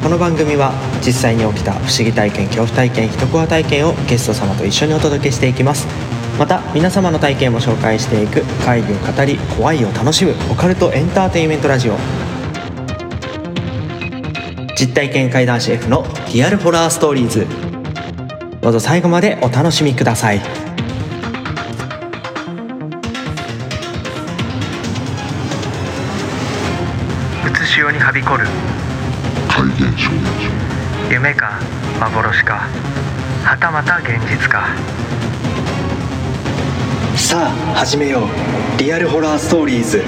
この番組は実際に起きた不思議体験、恐怖体験、一コア体験をゲスト様と一緒にお届けしていきます。また皆様の体験も紹介していく怪異を語り怖いを楽しむオカルトエンターテインメントラジオ、実体験怪談師 F のリアルホラーストーリーズ。どうぞ最後までお楽しみください。 うつしおにはびこる怪現象、 夢か幻か、はたまた現実か。 さあ始めよう、リアルホラーストーリーズ。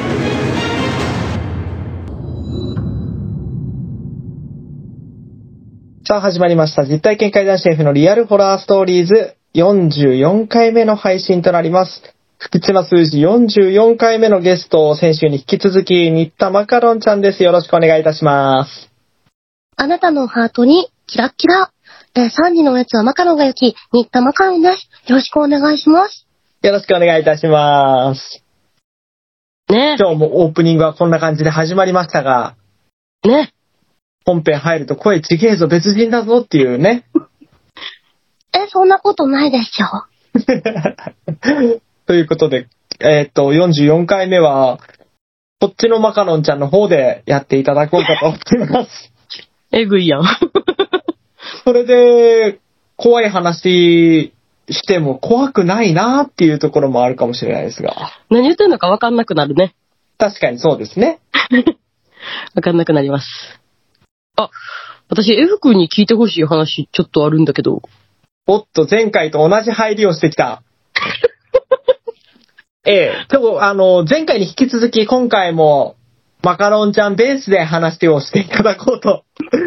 さあ始まりました。実体験怪談師 F のリアルホラーストーリーズ44回目の配信となります。不吉な数字44回目のゲストを先週に引き続き新田マカロンちゃんです。よろしくお願いいたします。 あなたのハートにキラッキラ。3時のおやつはマカロンが行き、新田マカロンです。よろしくお願いします。 よろしくお願いいたします。 ね。 今日もオープニングはこんな感じで始まりましたが、 ね。 本編入ると声ちげえぞ、別人だぞっていうね。 そんなことないでしょ。 ということで、44回目は、こっちのマカロンちゃんの方でやっていただこうかと思っています。 えぐいやん。 それで、怖い話しても怖くないなっていうところもあるかもしれないですが。 何言ってんのか分かんなくなるね。 確かにそうですね。 分かんなくなります。あ、私 F 君に聞いてほしい話ちょっとあるんだけど。 おっと、前回と同じ入りをしてきた。今日、前回に引き続き今回もマカロンちゃんベースで話をしていただこうと。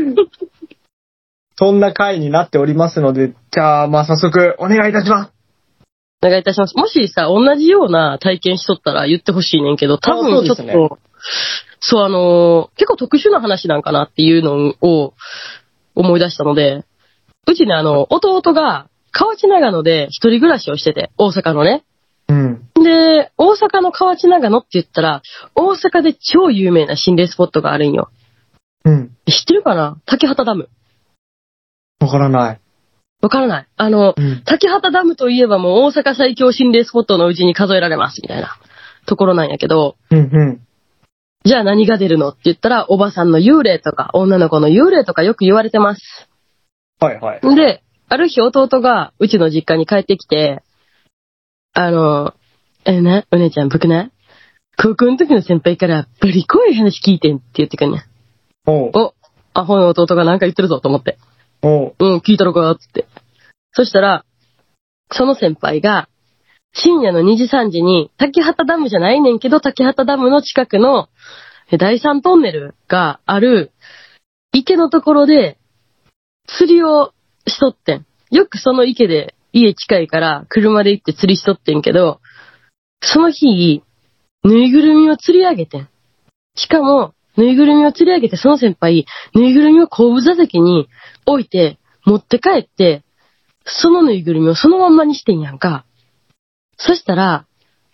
そんな回になっておりますので、じゃあ、早速お願いいたします。 お願いいたします。もしさ、同じような体験しとったら言ってほしいねんけど、多分ちょっと、結構特殊な話なんかなっていうのを思い出したので、うちね、弟が河内長野で一人暮らしをしてて、大阪のね。 うん。 で、大阪の河内長野って言ったら、大阪で超有名な心霊スポットがあるんよ。 うん。 知ってるかな？竹畑ダム。 わからない。 わからない。竹畑ダムといえばもう大阪最強心霊スポットのうちに数えられます、みたいなところなんやけど、 うんうん。 じゃあ何が出るのって言ったら、おばさんの幽霊とか、女の子の幽霊とかよく言われてます。 はいはい。 で、ある日弟がうちの実家に帰ってきて、お姉ちゃん僕ね、高校の時の先輩からバリ怖い話聞いてんって言ってくんねん。お、アホの弟がなんか言ってるぞと思って。聞いたのかつって。そしたら、その先輩が、深夜の2時3時に、竹畑ダムじゃないねんけど、竹畑ダムの近くの第3トンネルがある池のところで釣りをしとってん。よくその池で家近いから車で行って釣りしとってんけど、その日、ぬいぐるみを釣り上げてん。しかも、ぬいぐるみを釣り上げてその先輩、ぬいぐるみを後部座席に置いて持って帰って、そのぬいぐるみをそのまんまにしてんやんか。そしたら、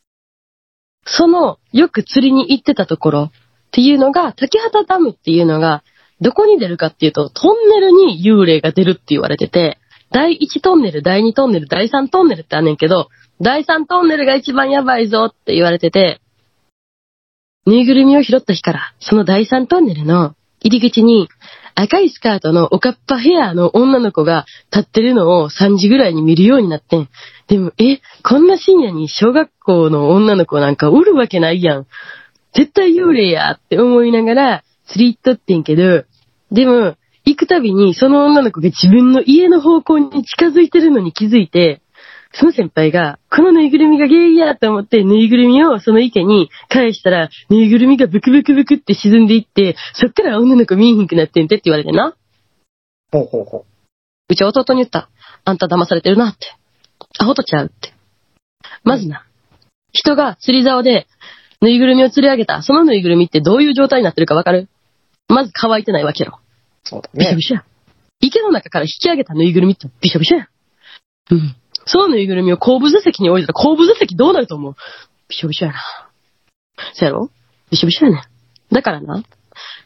よく釣りに行ってたところっていうのが、竹畑ダムっていうのが、どこに出るかっていうと、トンネルに幽霊が出るって言われてて、第1トンネル、第2トンネル、第3トンネルってあんねんけど、第3トンネルが一番やばいぞって言われてて、ぬいぐるみを拾った日から、その第3トンネルの入り口に、赤いスカートのおかっぱヘアの女の子が立ってるのを3時ぐらいに見るようになってん。でも、こんな深夜に小学校の女の子なんかおるわけないやん。絶対幽霊やって思いながら釣り行っとってんけど、でも、行くたびにその女の子が自分の家の方向に近づいてるのに気づいて、その先輩が、このぬいぐるみが原因やと思って、ぬいぐるみをその池に返したら、ぬいぐるみがブクブクブクって沈んでいって、そっから女の子見えひんくなってんてって言われてな。 ほうほうほう。 うち弟に言った。あんた騙されてるなって。アホとちゃうって。まずな。人が釣り竿で、ぬいぐるみを釣り上げた。そのぬいぐるみってどういう状態になってるかわかる？まず乾いてないわけやろ。 そうだね。 びしょびしょや。池の中から引き上げたぬいぐるみってびしょびしょや。うん。そのぬいぐるみを後部座席に置いたら後部座席どうなると思う？びしょびしょやな。そやろ？びしょびしょやねん。だからな。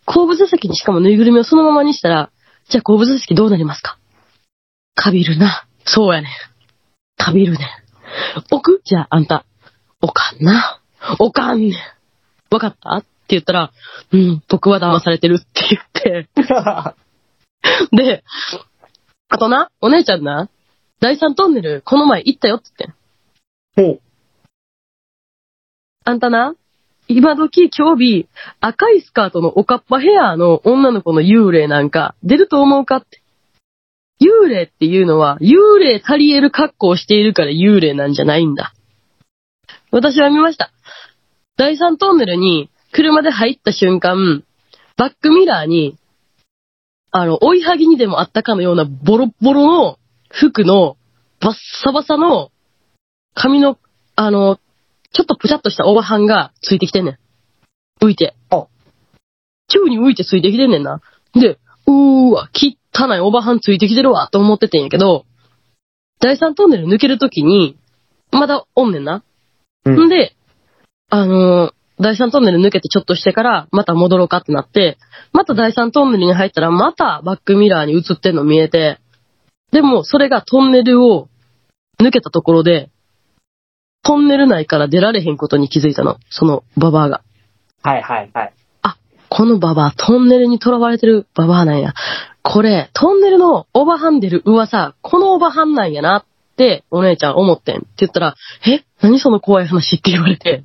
後部座席にしかもぬいぐるみをそのままにしたら、じゃあ後部座席どうなりますか？かびるな。そうやねん。かびるねん。置く？じゃああんた、おかんな。おかんねん。わかったって言ったら、僕は騙されてるって言って。で、あとな、お姉ちゃんな、第三トンネルこの前行ったよって言ってん。 ほう。 あんたな、今時今日赤いスカートのおかっぱヘアの女の子の幽霊なんか出ると思うかって。幽霊っていうのは幽霊足り得る格好をしているから幽霊なんじゃないんだ。私は見ました。第三トンネルに車で入った瞬間、バックミラーに、追いはぎにでもあったかのようなボロボロの服のバッサバサの髪の、ちょっとぷちゃっとしたおばはんがついてきてんねん。浮いて。宙に浮いてついてきてんねんな。で、汚いおばはんついてきてるわ、と思っててんやけど、第三トンネル抜けるときに、まだおんねんな。んで、第三トンネル抜けてちょっとしてから、また戻ろうかってなって、また第三トンネルに入ったら、またバックミラーに映ってんの見えて、でも、それがトンネルを抜けたところで、トンネル内から出られへんことに気づいたの。そのババアが。 はいはいはい。 あ、このババア、トンネルに囚われてるババアなんや。これ、トンネルのおばはん出る噂、このおばはんなんやなってお姉ちゃん思ってんって言ったら、何その怖い話って言われて。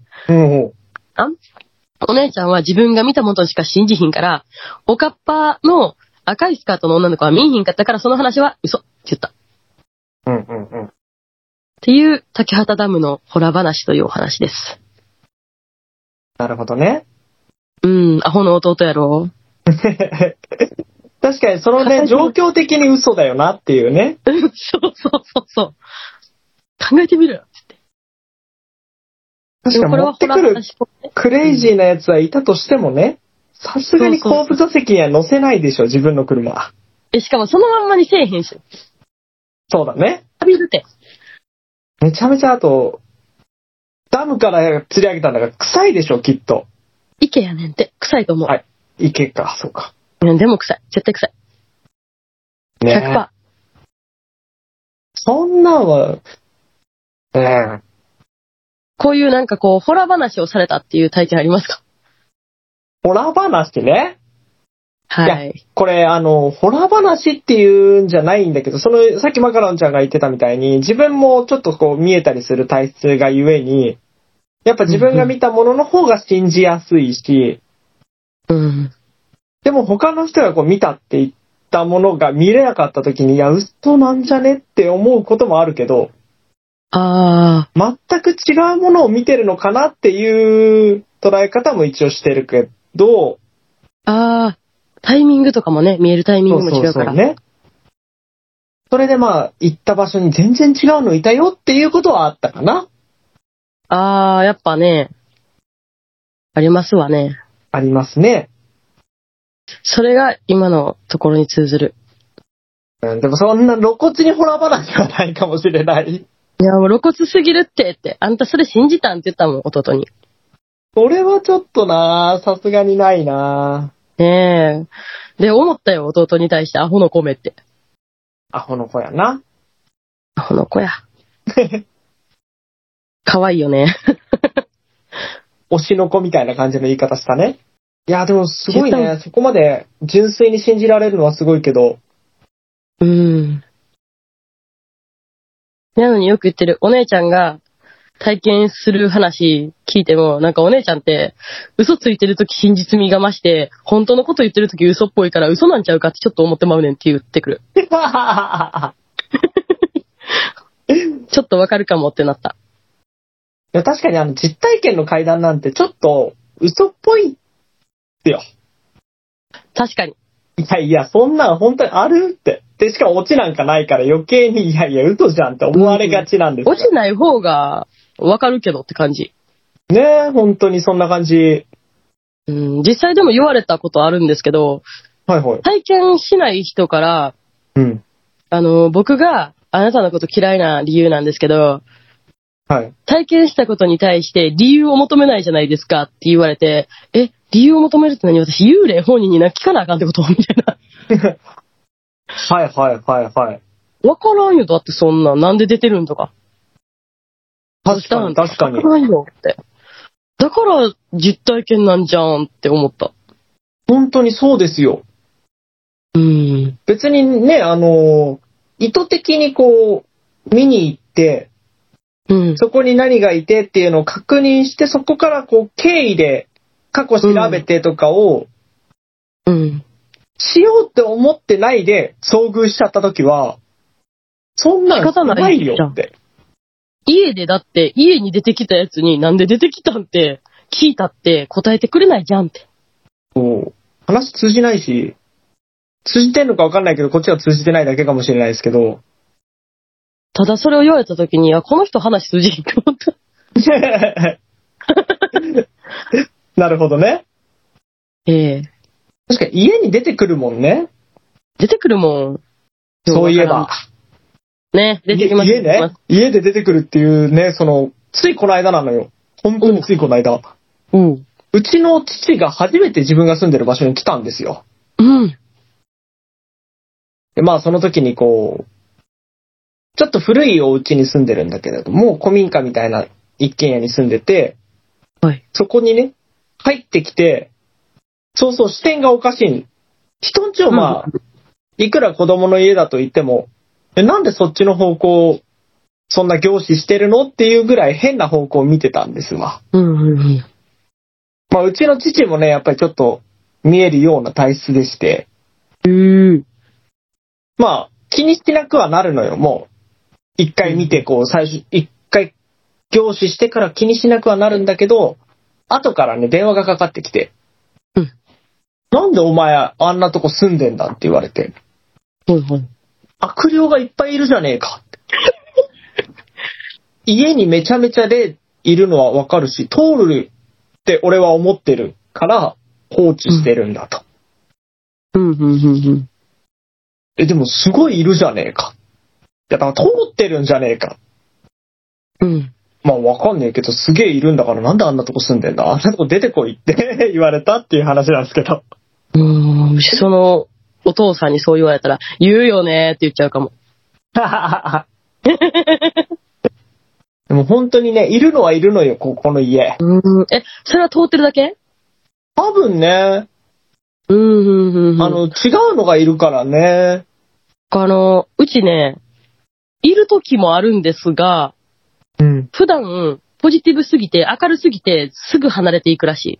お姉ちゃんは自分が見たものしか信じひんから、おかっぱの赤いスカートの女の子は見えひんかったからその話は嘘って言った。っていう竹畑ダムのホラー話というお話です。 なるほどね。 アホの弟やろ。 確かにそのね、状況的に嘘だよなっていうね。 そう。考えてみろよ、つって。 確かに持ってくるクレイジーなやつはいたとしてもね、さすがに後部座席には乗せないでしょ、自分の車。 しかもそのまんまにせえへんし。 そうだね。 浴びるて。 めちゃめちゃあと、ダムから釣り上げたんだから臭いでしょ、きっと。 池やねんって。臭いと思う。 はい。池か、そうか。 でも臭い。絶対臭い。 ね 100%。そんなんは、 こういうなんかこう、ホラー話をされたっていう体験ありますか？ ホラー話ね。 はい。 いや、これホラー話っていうんじゃないんだけど、さっきマカロンちゃんが言ってたみたいに、自分もちょっとこう見えたりする体質がゆえに、やっぱ自分が見たものの方が信じやすいし、でも他の人がこう見たって言ったものが見れなかった時に、いや、嘘なんじゃねって思うこともあるけど、全く違うものを見てるのかなっていう捉え方も一応してるけど、 タイミングとかもね、見えるタイミングも違うから。 そうね。それで行った場所に全然違うのいたよっていうことはあったかな。 やっぱね、ありますわね。 ありますね。 それが今のところに通ずる。 でもそんな露骨にホラー話はないかもしれない。 いや、もう露骨すぎるって、あんたそれ信じたんって言ったもん、弟に。 それはちょっとさすがにないねえ。で、思ったよ、弟に対してアホの米って。 アホの子やな。 アホの子や。可愛いよね。 推しの子みたいな感じの言い方したね。いや、でもすごいね。そこまで純粋に信じられるのはすごいけど。 なのによく言ってる、お姉ちゃんが体験する話聞いても、なんかお姉ちゃんって嘘ついてるとき真実味が増して、本当のこと言ってるとき嘘っぽいから嘘なんちゃうかってちょっと思ってまうねんって言ってくる。ちょっとわかるかもってなった。 いや、確かに実体験の怪談なんてちょっと嘘っぽいってよ。 確かに。 いや、そんなん本当にあるって。で、しかもオチなんかないから余計に、嘘じゃんって思われがちなんですよ。 オチない方がわかるけどって感じ。 ねえ、本当にそんな感じ。 実際でも言われたことあるんですけど、体験しない人から、僕があなたのこと嫌いな理由なんですけど、体験したことに対して理由を求めないじゃないですかって言われて、 理由を求めるって何？私、幽霊本人に聞かなあかんってことみたいな。 はいはいはいはい。 わからんよ、だってそんな。なんで出てるんとか。 確かに確かにわ。からんよって。だから実体験なんじゃんって思った。 本当にそうですよ。別にね、意図的にこう、見に行って、そこに何がいてっていうのを確認して、そこからこう、経緯で過去調べてとかを、しようって思ってないで遭遇しちゃったときは、そんなんないよって。 家でだって、家に出てきたやつになんで出てきたんって聞いたって答えてくれないじゃんって。 そう。話通じないし、通じてんのか分かんないけど、こっちは通じてないだけかもしれないですけど。 ただそれを言われたときに、この人話通じんって思った。 なるほどね。 確かに家に出てくるもんね。 出てくるもん。 そういえば。 ね、出てきます。 家ね。家で出てくるっていうね、ついこの間なのよ。本当についこの間。うちの父が初めて自分が住んでる場所に来たんですよ。で、まあその時にこう、ちょっと古いお家に住んでるんだけれども、古民家みたいな一軒家に住んでて、そこにね、入ってきて、そうそう、視点がおかしい。人んちをまあ、いくら子供の家だと言っても、なんでそっちの方向、そんな凝視してるのっていうぐらい変な方向を見てたんですわ。まあ、うちの父もね、やっぱりちょっと見えるような体質でして、まあ、気にしなくはなるのよ、もう。一回見て、こう、一回凝視してから気にしなくはなるんだけど、後からね、電話がかかってきて、なんでお前あんなとこ住んでんだって言われて、悪霊がいっぱいいるじゃねえかって。家にめちゃめちゃ霊いるのはわかるし、通るって俺は思ってるから放置してるんだと。でもすごいいるじゃねえか。いや、だから通ってるんじゃねえか。まあわかんねえけど、すげえいるんだからなんであんなとこ住んでんだ、あんなとこ出てこいって言われたっていう話なんですけど。 そのお父さんにそう言われたら、言うよねって言っちゃうかも。 でも本当にね、いるのはいるのよ、この家。 それは通ってるだけ？ 多分ね。違うのがいるからね。 うちね、いる時もあるんですが、普段、ポジティブすぎて、明るすぎて、すぐ離れていくらしい。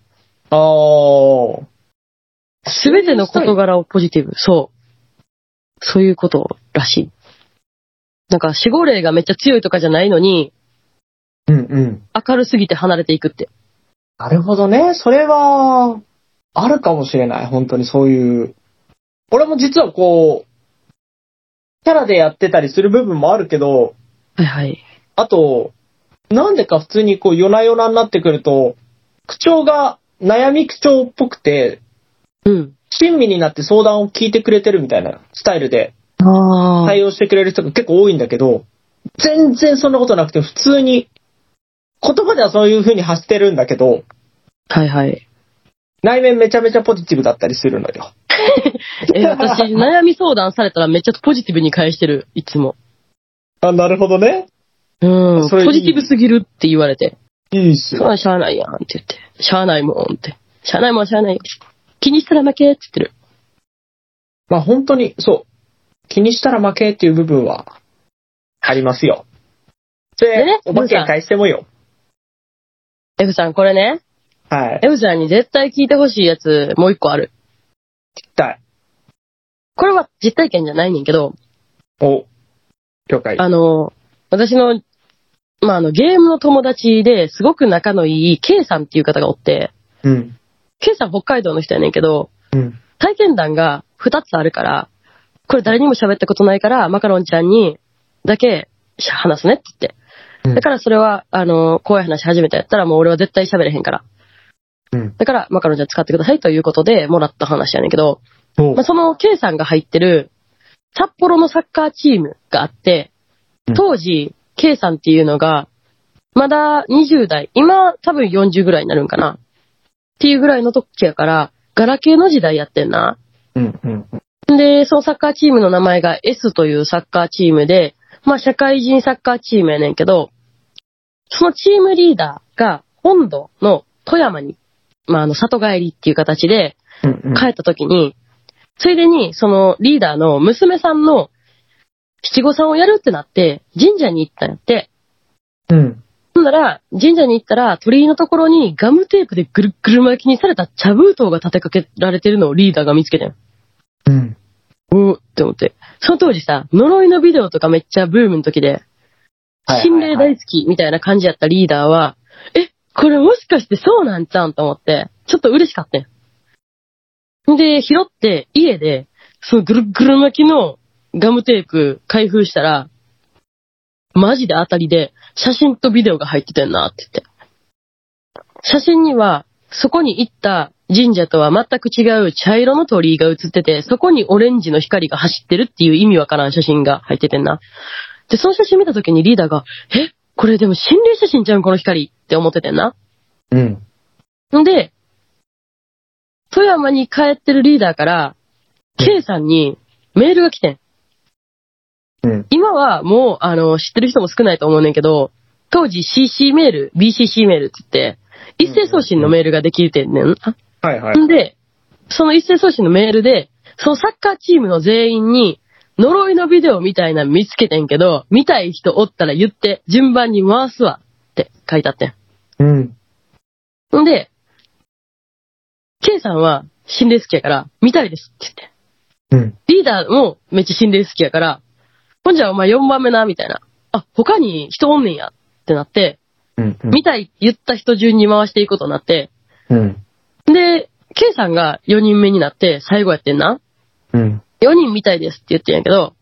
すべての事柄をポジティブ。そういうことらしい。なんか、守護霊がめっちゃ強いとかじゃないのに、明るすぎて離れていくって。 なるほどね。それは、あるかもしれない。本当にそういう。俺も実はこう、キャラでやってたりする部分もあるけど、あと、なんでか普通にこう夜な夜なになってくると、口調が悩み口調っぽくて、親身になって相談を聞いてくれてるみたいなスタイルで対応してくれる人が結構多いんだけど、全然そんなことなくて普通に、言葉ではそういう風に発してるんだけど、内面めちゃめちゃポジティブだったりするのよ。 私、悩み相談されたらめっちゃポジティブに返してる、いつも。 なるほどね。 ポジティブすぎるって言われて。 いいっすよ。 しゃあないやんって言って。しゃあないもんって。しゃあないもんしゃあないよ。気にしたら負けって言ってる。 まあ本当に、そう。気にしたら負けっていう部分は、ありますよ。それ、ね、お化け返してもよ。 F さん、これね。F さんに絶対聞いてほしいやつ、もう一個ある。 聞きたい。 これは実体験じゃないねんけど。 了解。 私の、ゲームの友達ですごく仲のいい K さんっていう方がおって、K さん北海道の人やねんけど、体験談が2つあるから、これ誰にも喋ったことないから、マカロンちゃんにだけ話すねって言って。だからそれは、こういう話初めてやったらもう俺は絶対喋れへんから。だから、マカロンちゃん使ってくださいということでもらった話やねんけど、その K さんが入ってる札幌のサッカーチームがあって、当時、K さんっていうのが、まだ20代、今多分40ぐらいになるんかな。 っていうぐらいの時やから、ガラケーの時代やってんな。 うんうん。 で、そのサッカーチームの名前が S というサッカーチームで、まあ社会人サッカーチームやねんけど、そのチームリーダーが本土の富山に、まあ里帰りっていう形で帰った時に、ついでにそのリーダーの娘さんの七五三をやるってなって神社に行ったんやって。 うん。 ほんなら、神社に行ったら鳥居のところにガムテープでぐるっぐる巻きにされた茶封筒が立てかけられてるのをリーダーが見つけたん。 うん。 って思って。その当時さ、呪いのビデオとかめっちゃブームの時で、心霊大好きみたいな感じやったリーダーは、これもしかしてそうなんちゃうんと思って、ちょっと嬉しかったん。で、拾って家で、そのぐるぐる巻きのガムテープ開封したら、マジで当たりで写真とビデオが入ってたんなって言って。写真には、そこに行った神社とは全く違う茶色の鳥居が写ってて、そこにオレンジの光が走ってるっていう意味わからん写真が入っててんな。で、その写真見た時にリーダーが、これでも心霊写真ちゃうんこの光って思っててんな。 うん。 んで、富山に帰ってるリーダーから、K さんにメールが来てん。 うん。 今はもう、知ってる人も少ないと思うねんけど、当時 CC メール、BCC メールって言って、一斉送信のメールができてんねん。 はいはい。 んで、その一斉送信のメールで、そのサッカーチームの全員に、呪いのビデオみたいなの見つけてんけど、見たい人おったら言って、順番に回すわって書いてあってん。 うん。 んで、K さんは心霊好きやから、見たいですって言って。 うん。 リーダーもめっちゃ心霊好きやから、ほんじゃお前4番目な、みたいな。あ、他に人おんねんやってなって、 うん。 見たいって言った人順に回していくことになって、 うん。 で、K さんが4人目になって最後やってんな。 うん。 4人見たいですって言ってんやけど、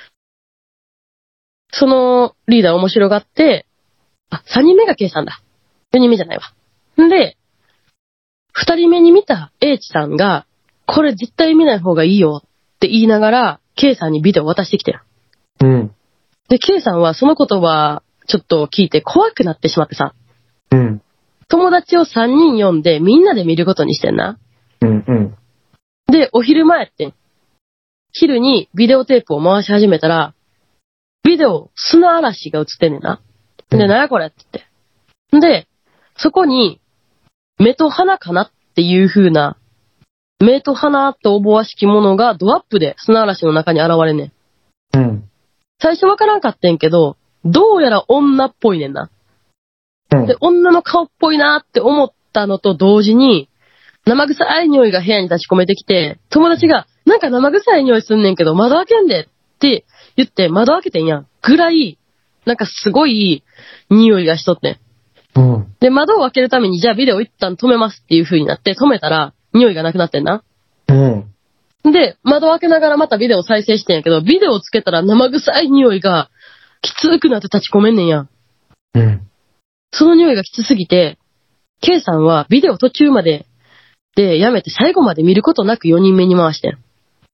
そのリーダー面白がって、3人目が K さんだ。4人目じゃないわ。んで、2人目に見た H さんが、これ絶対見ない方がいいよって言いながら、K さんにビデオ渡してきてる。 うん。 で、K さんはその言葉ちょっと聞いて怖くなってしまってさ、 うん。 友達を3人呼んでみんなで見ることにしてんな。 うん。うん。 で、お昼前やってん。昼にビデオテープを回し始めたら、ビデオ、砂嵐が映ってんねんな。で、なんやこれって言って。で、そこに、目と鼻かなっていう風な、目と鼻とおぼわしきものがドアップで砂嵐の中に現れんねん。 うん。 最初わからんかってんけど、どうやら女っぽいねんな。 うん。 で、女の顔っぽいなって思ったのと同時に、生臭い匂いが部屋に立ち込めてきて、友達が、なんか生臭い匂いすんねんけど、窓開けんでって言って窓開けてんやん。ぐらい、なんかすごい匂いがしとってん。 うん。 で、窓を開けるために、じゃあビデオ一旦止めますっていう風になって、止めたら、匂いがなくなってんな。 うん。 で、窓開けながらまたビデオ再生してんやけど、ビデオをつけたら生臭い匂いが、きつくなって立ち込めんねんやん。 うん。 その匂いがきつすぎて、K さんはビデオ途中まで、で、やめて最後まで見ることなく4人目に回してん。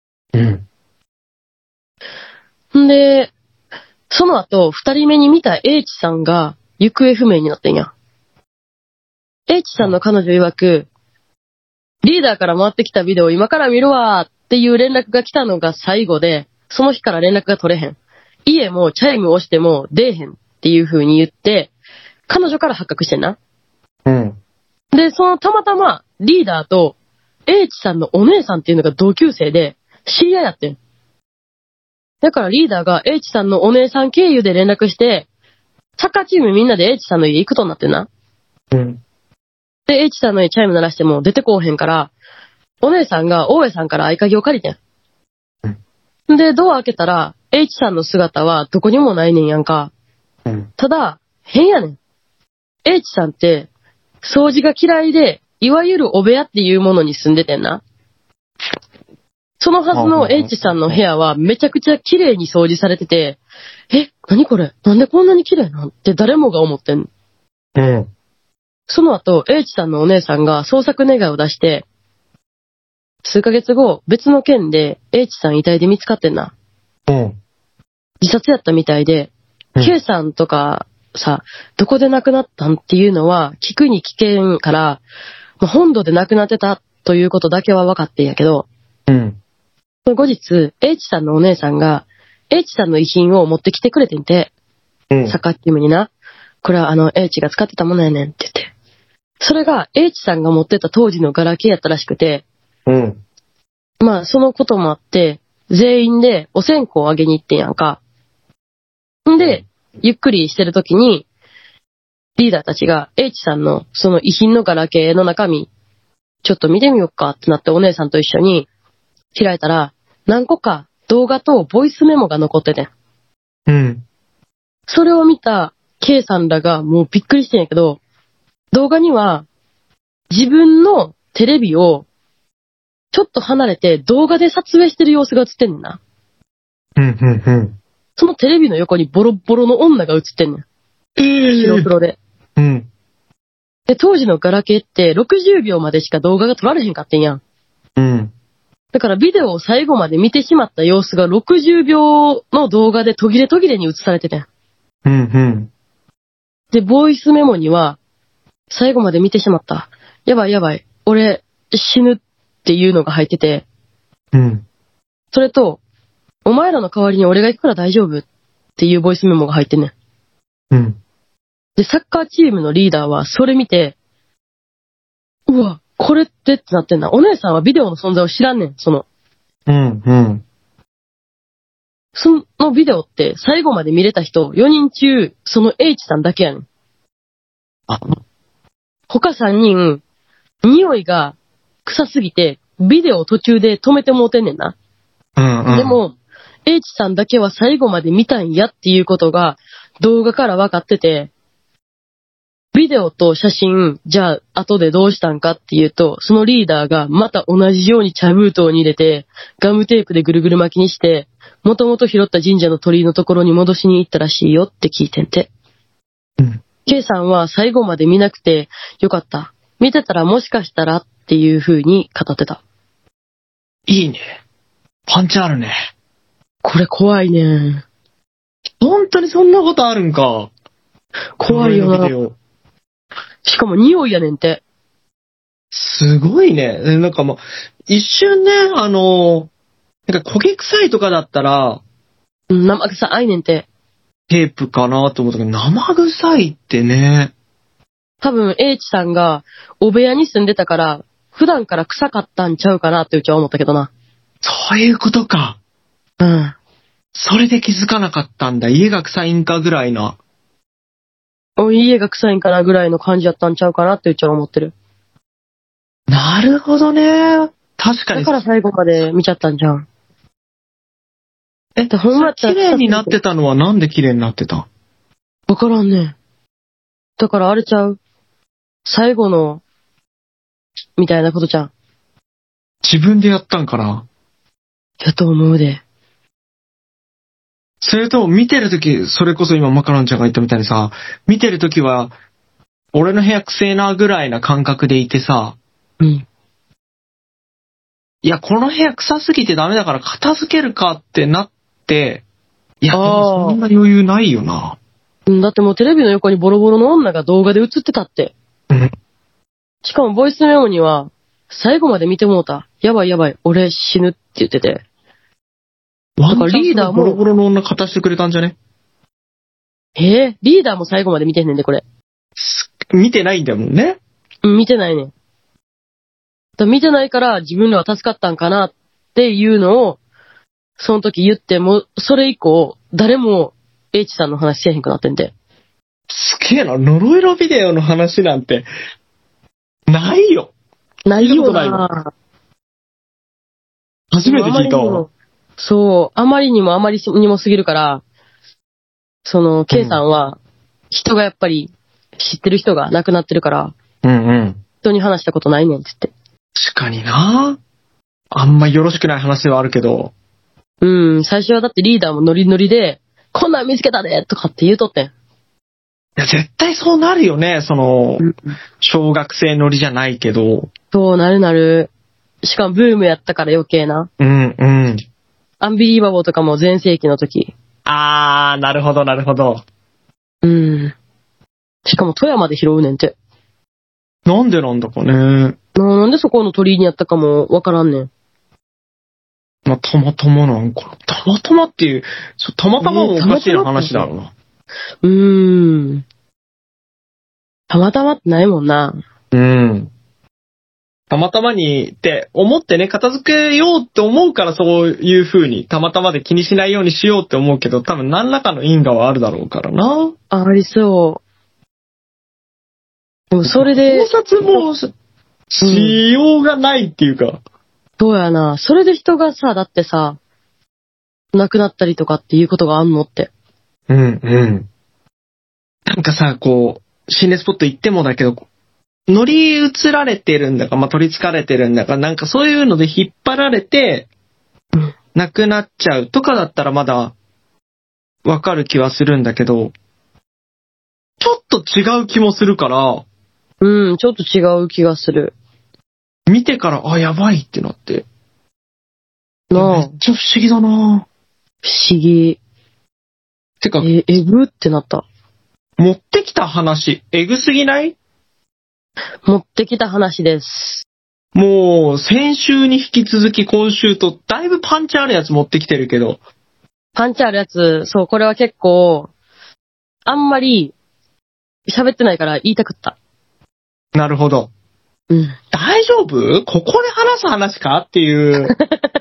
うん。 んで、その後、2人目に見た H さんが行方不明になってんや。H さんの彼女曰く、リーダーから回ってきたビデオ今から見るわーっていう連絡が来たのが最後で、その日から連絡が取れへん。家もチャイム押しても出えへんっていう風に言って、彼女から発覚してんな。 うん。 で、そのたまたまリーダーと H さんのお姉さんっていうのが同級生で知り合いやってん。だからリーダーが H さんのお姉さん経由で連絡して、サッカーチームみんなで H さんの家行くことになってんな。 うん。 で、H さんの家チャイム鳴らしても出てこうへんから、お姉さんが大江さんから合鍵を借りてん。で、ドア開けたら H さんの姿はどこにもないねんやんか。 うん。 ただ、変やねん。H さんって、掃除が嫌いで、いわゆるお部屋っていうものに住んでてんな。そのはずの H さんの部屋はめちゃくちゃ綺麗に掃除されてて、何これなんでこんなに綺麗なんって誰もが思ってん。 うん。 その後、H さんのお姉さんが捜索願いを出して、数ヶ月後、別の件で H さん遺体で見つかってんな。 うん。 自殺やったみたいで、 うん K さんとかさ、どこで亡くなったんっていうのは聞くに危険から、 本土で亡くなってたということだけは分かってんやけど、 うん。 後日、H さんのお姉さんが、H さんの遺品を持ってきてくれてんて、 うん。 サッカーチームにな。これはH が使ってたものやねんって言って。それが H さんが持ってた当時のガラケーやったらしくて、 うん。 まあそのこともあって、全員でお線香をあげに行ってんやんか。んで、ゆっくりしてるときに、リーダーたちが H さんのその遺品のガラケーの中身、ちょっと見てみよっかってなってお姉さんと一緒に開いたら、何個か動画とボイスメモが残っててん。 うん。 それを見た K さんらがもうびっくりしてんやけど、動画には自分のテレビをちょっと離れて動画で撮影してる様子が映ってんねんな。 うん。うん。 そのテレビの横にボロボロの女が映ってんねん。白黒で。 うん。 で、当時のガラケーって60秒までしか動画が撮られへんかってんやん。 うん。 だからビデオを最後まで見てしまった様子が60秒の動画で途切れ途切れに映されててん。 うん。うん。 で、ボイスメモには、最後まで見てしまった。やばいやばい。俺、死ぬっていうのが入ってて、 うん。 それと、お前らの代わりに俺が行くから大丈夫っていうボイスメモが入ってんねん。 うん。 で、サッカーチームのリーダーはそれ見て、うわ、これってなってんな。お姉さんはビデオの存在を知らんねん、その。 うん。うん。 そのビデオって最後まで見れた人4人中、その H さんだけやねん。 あ、 他3人、匂いが臭すぎて、ビデオを途中で止めてもうてんねんな。 うん。うん。 でも、H さんだけは最後まで見たんやっていうことが動画から分かってて、ビデオと写真、じゃあ後でどうしたんかっていうと、そのリーダーがまた同じように茶封筒に入れて、ガムテープでぐるぐる巻きにして、もともと拾った神社の鳥居のところに戻しに行ったらしいよって聞いてんて。 うん。 K さんは最後まで見なくてよかった。見てたらもしかしたらっていう風に語ってた。 いいね。パンチあるね。 これ怖いね。 本当にそんなことあるんか。 怖いよな。 このビデオしかも匂いやねんて。 すごいね。なんかもう、一瞬ね、なんか焦げ臭いとかだったら、 生臭いねんて。 テープかなと思ったけど、生臭いってね。 多分 H さんがお部屋に住んでたから、普段から臭かったんちゃうかなってうちは思ったけどな。 そういうことか。 うん。 それで気づかなかったんだ。家が臭いんかぐらいな。 家が臭いんかなぐらいの感じやったんちゃうかなってうちは思ってる。 なるほどね。確かに。 だから最後まで見ちゃったんじゃん。ほんまやったら綺麗になってたのはなんで綺麗になってた？ わからんね。だからあれちゃう。最後の、みたいなことじゃん。 自分でやったんかな？ やと思うで。 それと、見てるとき、それこそ今マカロンちゃんが言ったみたいにさ、見てるときは、俺の部屋くせえなぐらいな感覚でいてさ、 うん。 いや、この部屋臭すぎてダメだから片付けるかってなって、いや、でもそんな余裕ないよな。 だってもうテレビの横にボロボロの女が動画で映ってたって。 うん。 しかもボイスメモには、最後まで見てもうた。やばいやばい、俺死ぬって言ってて。 だからリーダーもボロボロの女勝たしてくれたんじゃね？ リーダーも最後まで見てんねんで、これ。 見てないんだもんね。 見てないねん。見てないから自分らは助かったんかなっていうのを、その時言っても、それ以降、誰も H さんの話せえへんくなってんで。 すげえな、呪いのビデオの話なんて、ないよ。 ないよ聞いたことないな。 初めて聞いたわ。 そう、あまりにも過ぎるから、その、K さんは、人がやっぱり、知ってる人が亡くなってるから、 うんうん。 人に話したことないねんって言って。 確かにな。あんまよろしくない話ではあるけど。 最初はだってリーダーもノリノリで、こんなん見つけたでとかって言うとってん。 いや、絶対そうなるよね。その、小学生ノリじゃないけど。 そうなる。しかもブームやったから余計な。 うんうん。 アンビリーバボーとかも全盛期の時。 なるほどなるほど。 しかも富山で拾うねんて。 なんでなんだかね。 なんでそこの鳥居にあったかもわからんねん。 まあ、たまたまなんかな。たまたまっていう、たまたまもおかしいな話だろうな。 たまたまってないもんな。 うん。たまたまにって思ってね、片付けようって思うからそういう風に、たまたまで気にしないようにしようって思うけど、多分何らかの因果はあるだろうからな。 ありそう。でもそれで。 考察もしようがないっていうか。 そうやな。それで人がさ、だってさ、亡くなったりとかっていうことがあんのって。 うんうん。なんかさ、こう、心霊スポット行ってもだけど、乗り移られてるんだか、まあ、取り憑かれてるんだか、なんかそういうので引っ張られて、亡くなっちゃうとかだったらまだ、わかる気はするんだけど、ちょっと違う気もするから、 ちょっと違う気がする。 見てから、あ、やばいってなって。 なあ。 めっちゃ不思議だな。 不思議。 てか、 えぐってなった。 持ってきた話、えぐすぎない？ 持ってきた話です。 もう、先週に引き続き今週と、だいぶパンチあるやつ持ってきてるけど。 パンチあるやつ、そう、これは結構、あんまり、喋ってないから言いたくった。 なるほど。大丈夫？ここで話す話かっていう。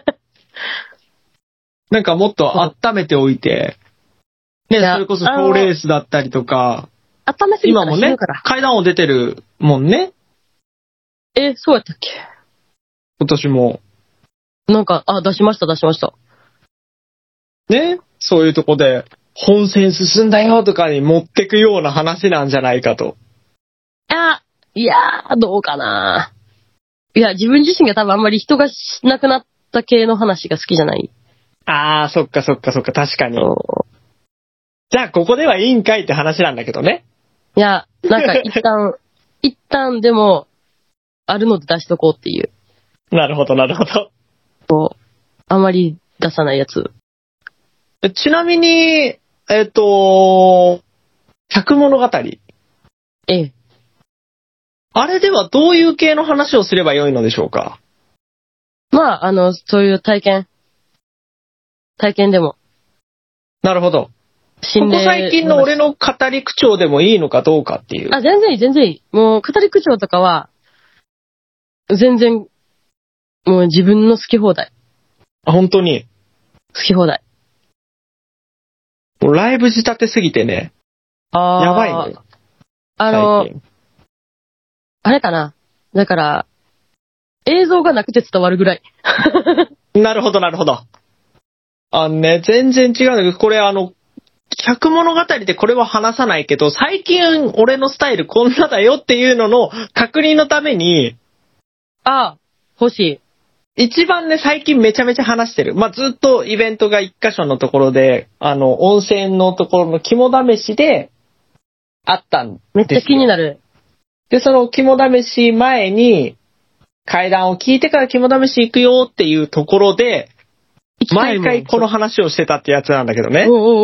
なんかもっと温めておいて。ね、それこそ賞レースだったりとか。 温めすぎた今もね、 ら死ぬから。 階段を出てるもんね。 そうやったっけ？ 今年も。 なんか、出しました。 ね、そういうとこで、本戦進んだよとかに持ってくような話なんじゃないかと。 いやー、どうかな。いや、自分自身が多分あんまり人が亡くなった系の話が好きじゃない。 そっか、確かに。じゃあ、ここではいいんかいって話なんだけどね。 いや、なんか一旦でも、あるので出しとこうっていう。 なるほど。 あまり出さないやつ。 ちなみに、百物語。あれではどういう系の話をすればよいのでしょうか？ まあ、そういう体験でも。 なるほど。ここ最近の俺の語り口調でもいいのかどうかっていう。 全然いい。もう、語り口調とかは、全然、もう自分の好き放題。 本当に？ 好き放題。 もうライブ仕立てすぎてね。やばいのよ。最近。 あれかな。だから、映像がなくて伝わるぐらい。 なるほど。全然違うんだけど、これ百物語でこれは話さないけど、最近俺のスタイルこんなだよっていうのの確認のために、 欲しい。 一番ね、最近めちゃめちゃ話してる。まあ、ずっとイベントが一箇所のところで、温泉のところの肝試しで、あったんですよ。 めっちゃ気になる。 で、その肝試し前に、階段を聞いてから肝試し行くよっていうところで、毎回この話をしてたってやつなんだけどね。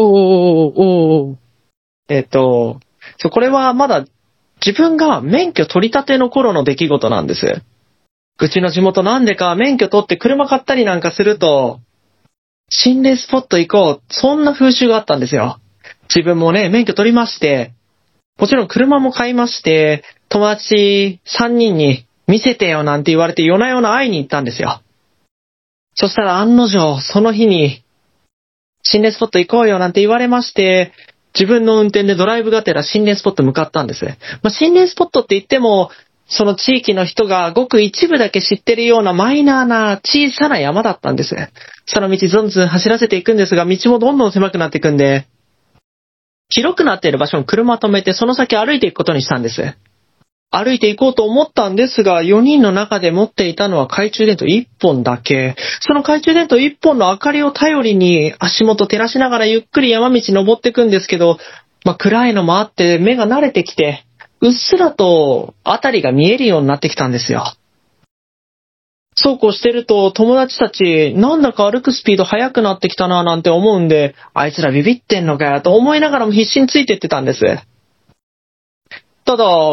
これはまだ自分が免許取り立ての頃の出来事なんです。うちの地元なんでか免許取って車買ったりなんかすると、心霊スポット行こう。そんな風習があったんですよ。自分もね、免許取りまして、もちろん車も買いまして、友達3人に見せてよなんて言われて夜な夜な会いに行ったんですよ。そしたら案の定、その日に、心霊スポット行こうよなんて言われまして、自分の運転でドライブがてら心霊スポット向かったんです。まあ、心霊スポットって言っても、その地域の人がごく一部だけ知ってるようなマイナーな小さな山だったんです。その道ずんずん走らせていくんですが、道もどんどん狭くなっていくんで、広くなっている場所に車止めてその先歩いていくことにしたんです。歩いていこうと思ったんですが、4人の中で持っていたのは懐中電灯1本だけ。その懐中電灯1本の明かりを頼りに足元照らしながらゆっくり山道登っていくんですけど、暗いのもあって目が慣れてきて、うっすらと辺りが見えるようになってきたんですよ。そうこうしてると友達たちなんだか歩くスピード速くなってきたななんて思うんで、あいつらビビってんのかよと思いながらも必死についてってたんです。ただ、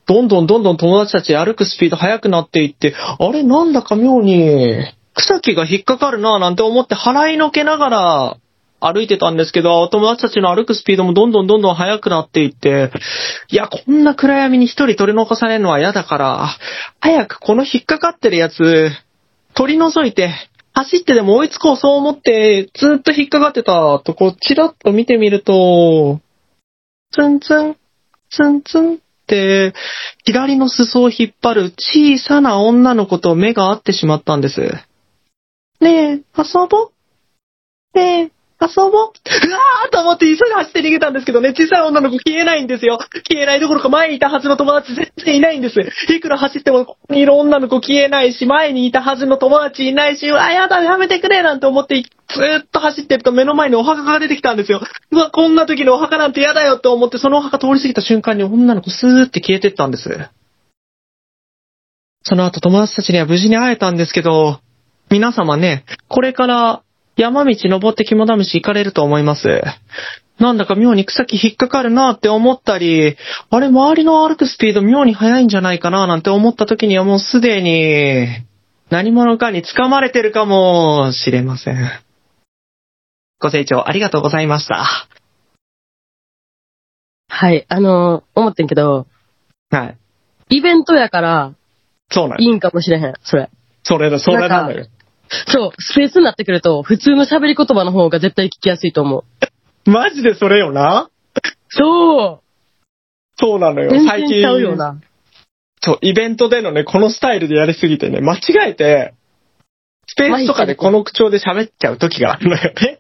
どんどん友達たち歩くスピード速くなっていって、あれなんだか妙に草木が引っかかるなぁなんて思って払いのけながら歩いてたんですけど、友達たちの歩くスピードもどんどん速くなっていって、いや、こんな暗闇に一人取り残されるのは嫌だから、早くこの引っかかってるやつ、取り除いて、走ってでも追いつこうそう思って、ずっと引っかかってたとこ、チラッと見てみると、ツンツンって、左の裾を引っ張る小さな女の子と目が合ってしまったんです。ねえ、遊ぼうねえ、遊ぼううわーと思って急いで走って逃げたんですけどね、小さい女の子消えないんですよ。消えないどころか前にいたはずの友達全然いないんです。いくら走ってもここにいる女の子消えないし、前にいたはずの友達いないし、うわ、やだ、やめてくれなんて思ってずーっと走ってると目の前にお墓が出てきたんですよ。うわ、こんな時のお墓なんてやだよって思って、そのお墓通り過ぎた瞬間に女の子スーって消えてったんです。その後友達たちには無事に会えたんですけど、皆様ね、これから山道登って肝試し行かれると思います。なんだか妙に草木引っかかるなって思ったり、あれ周りの歩くスピード妙に速いんじゃないかななんて思った時にはもうすでに何者かに掴まれてるかもしれません。ご清聴ありがとうございました。 はい、思ってんけど、 はい。 イベントやから、 そうなんです。 いいんかもしれへん、それ。 それなのよ。 そう、スペースになってくると、普通の喋り言葉の方が絶対聞きやすいと思う。 マジでそれよな。そうなのよ。 全然ちゃうよな。 そう、イベントでのね、このスタイルでやりすぎてね、間違えて、スペースとかでこの口調で喋っちゃう時があるのよね。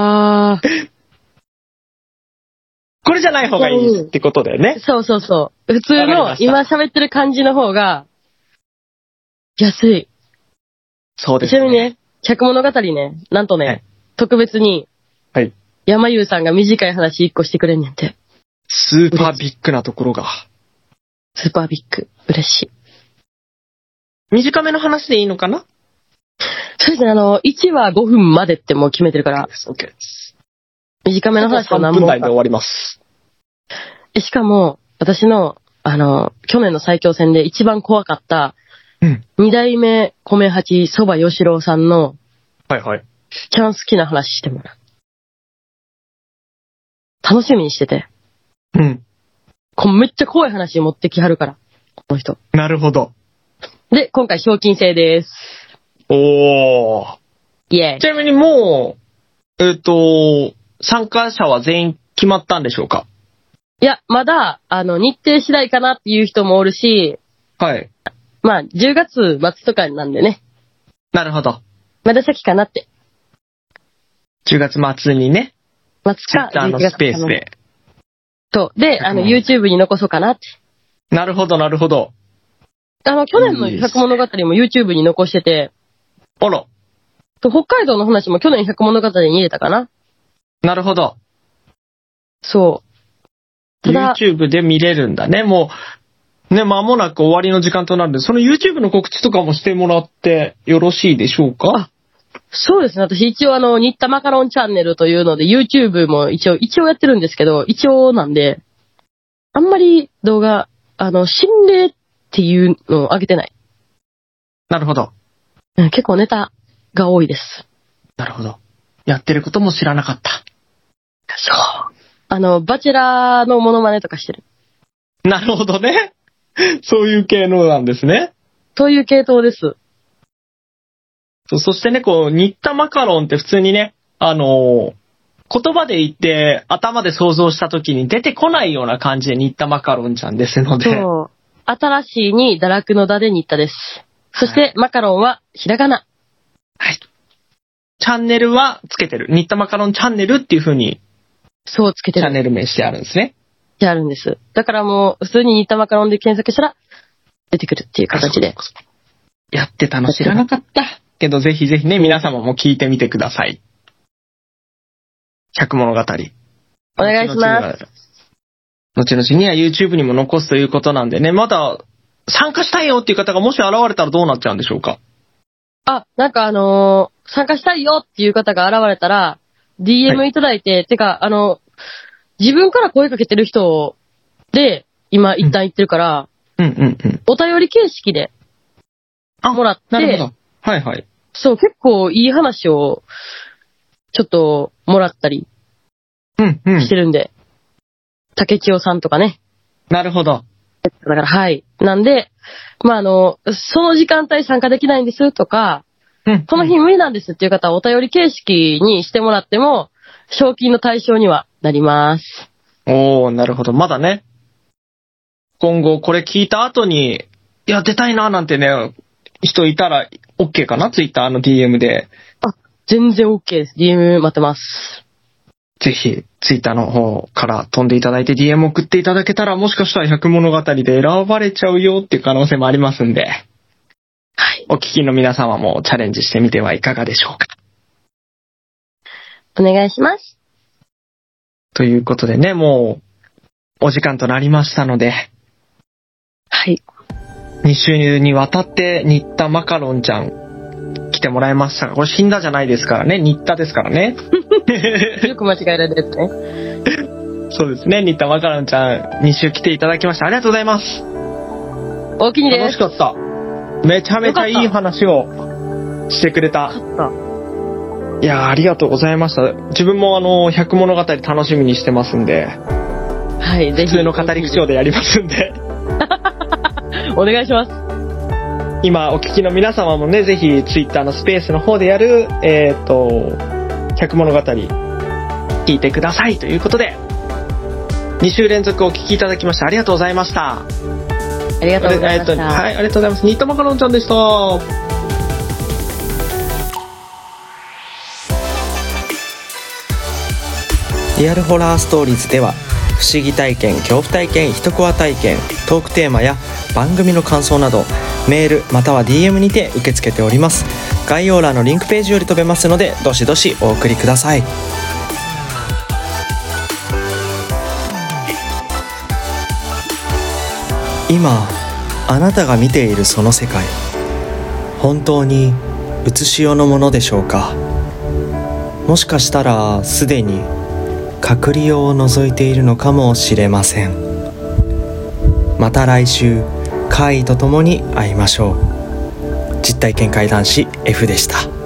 これじゃない方がいいってことだよね。 そう。普通の今喋ってる感じの方が、安い。 そうですね。 ちなみにね、百物語ね、なんとね、 はい、 特別に、 はい。 山優さんが短い話1個してくれんねんて。 スーパービッグなところが。 スーパービッグ。嬉しい。 短めの話でいいのかな？ そうですね、1話5分までってもう決めてるから。 OK です。 短めの話は何分台で終わります。 しかも、私の、去年の最強戦で一番怖かった、二代目米八蕎麦吉郎さんの、 はいはい。 一番好きな話してもらう。楽しみにしてて。めっちゃ怖い話持ってきはるから、この人。 なるほど。 で、今回賞金制です。 おー。 イェーイ。 ちなみにもう、参加者は全員決まったんでしょうか？ いや、まだ、日程次第かなっていう人もおるし、 はい。 まあ、10月末とかなんでね。 なるほど。 まだ先かなって。 10月末にね。 末か、 11月スペースで。 そう。で、YouTube に残そうかなって。 なるほど。 去年の百物語も YouTube に残してて。 あら。 北海道の話も去年百物語に入れたかな。 なるほど。 そう。ただ YouTube で見れるんだね。もう、ね、間もなく終わりの時間となるんで、その YouTube の告知とかもしてもらってよろしいでしょうか？ そうですね。私一応新田マカロンチャンネルというので YouTube も一応やってるんですけど、一応なんで、あんまり動画、心霊っていうのを上げてない。 なるほど。 結構ネタが多いです。 なるほど。やってることも知らなかった。 そう。バチェラーのモノマネとかしてる。 なるほどね。そういう系のなんですね。 そういう系統です。 そしてね、新田マカロンって普通にね、言葉で言って頭で想像した時に出てこないような感じで新田マカロンちゃんですので。 そう。新しいに堕落の堕で新田です。そして、はい、マカロンはひらがな。 はい。チャンネルはつけてる。新田マカロンチャンネルっていう風に。 そうつけてる。 チャンネル名してあるんですね。 してあるんです。だからもう、普通に新田マカロンで検索したら、出てくるっていう形で。 やってたの知らなかった。けどぜひぜひね、皆様も聞いてみてください。百物語。 お願いします。 後々には YouTube にも残すということなんでね、まだ参加したいよっていう方がもし現れたらどうなっちゃうんでしょうか？ なんか参加したいよっていう方が現れたら、DM いただいて、てか、自分から声かけてる人で、今一旦言ってるから、 うんうんうん。 お便り形式であ、 もらって、 なるほど。はいはい。 そう、結構いい話を、ちょっと、もらったり、 うんうん。 してるんで、竹千代さんとかね。 なるほど。 だから、はい。なんで、まあ、その時間帯参加できないんですとか、 うん。 この日無理なんですっていう方はお便り形式にしてもらっても、賞金の対象にはなります。 おー、なるほど。まだね、今後これ聞いた後に、いや、出たいななんてね、人いたら OK かな？ツイッターの DM で。 あ、全然 OK です。DM 待ってます。 ぜひ、ツイッターの方から飛んでいただいて DM 送っていただけたら、もしかしたら百物語で選ばれちゃうよっていう可能性もありますんで、 はい。 お聞きの皆様もチャレンジしてみてはいかがでしょうか。 お願いします。 ということでね、もう、お時間となりましたので、 はい。 2週にわたって新田マカロンちゃん来てもらいましたが、これ死んだじゃないですからね、新田ですからね。 よく間違えられるやつね。 そうですね、新田マカロンちゃん2週来ていただきました。ありがとうございます。 おおきにです。 楽しかった。めちゃめちゃいい話をしてくれた。いやー、ありがとうございました。自分も百物語楽しみにしてますんで、 はい、ぜひ。 普通の語り口調でやりますんで。 お願いします。 今お聞きの皆様もね、ぜひツイッターのスペースの方でやる、百物語聞いてくださいということで、2週連続お聞きいただきましてありがとうございました。 ありがとうございました。 はい、ありがとうございます。新田マカロンちゃんでした。 リアルホラーストーリーズでは、不思議体験、恐怖体験、一コア体験、トークテーマや番組の感想などメールまたは DM にて受け付けております。概要欄のリンクページより飛べますので、どしどしお送りください。今あなたが見ているその世界、本当に写し世のものでしょうか。もしかしたらすでに隔離用を覗いているのかもしれません。また来週怪異とともに会いましょう。実体験怪談師 F でした。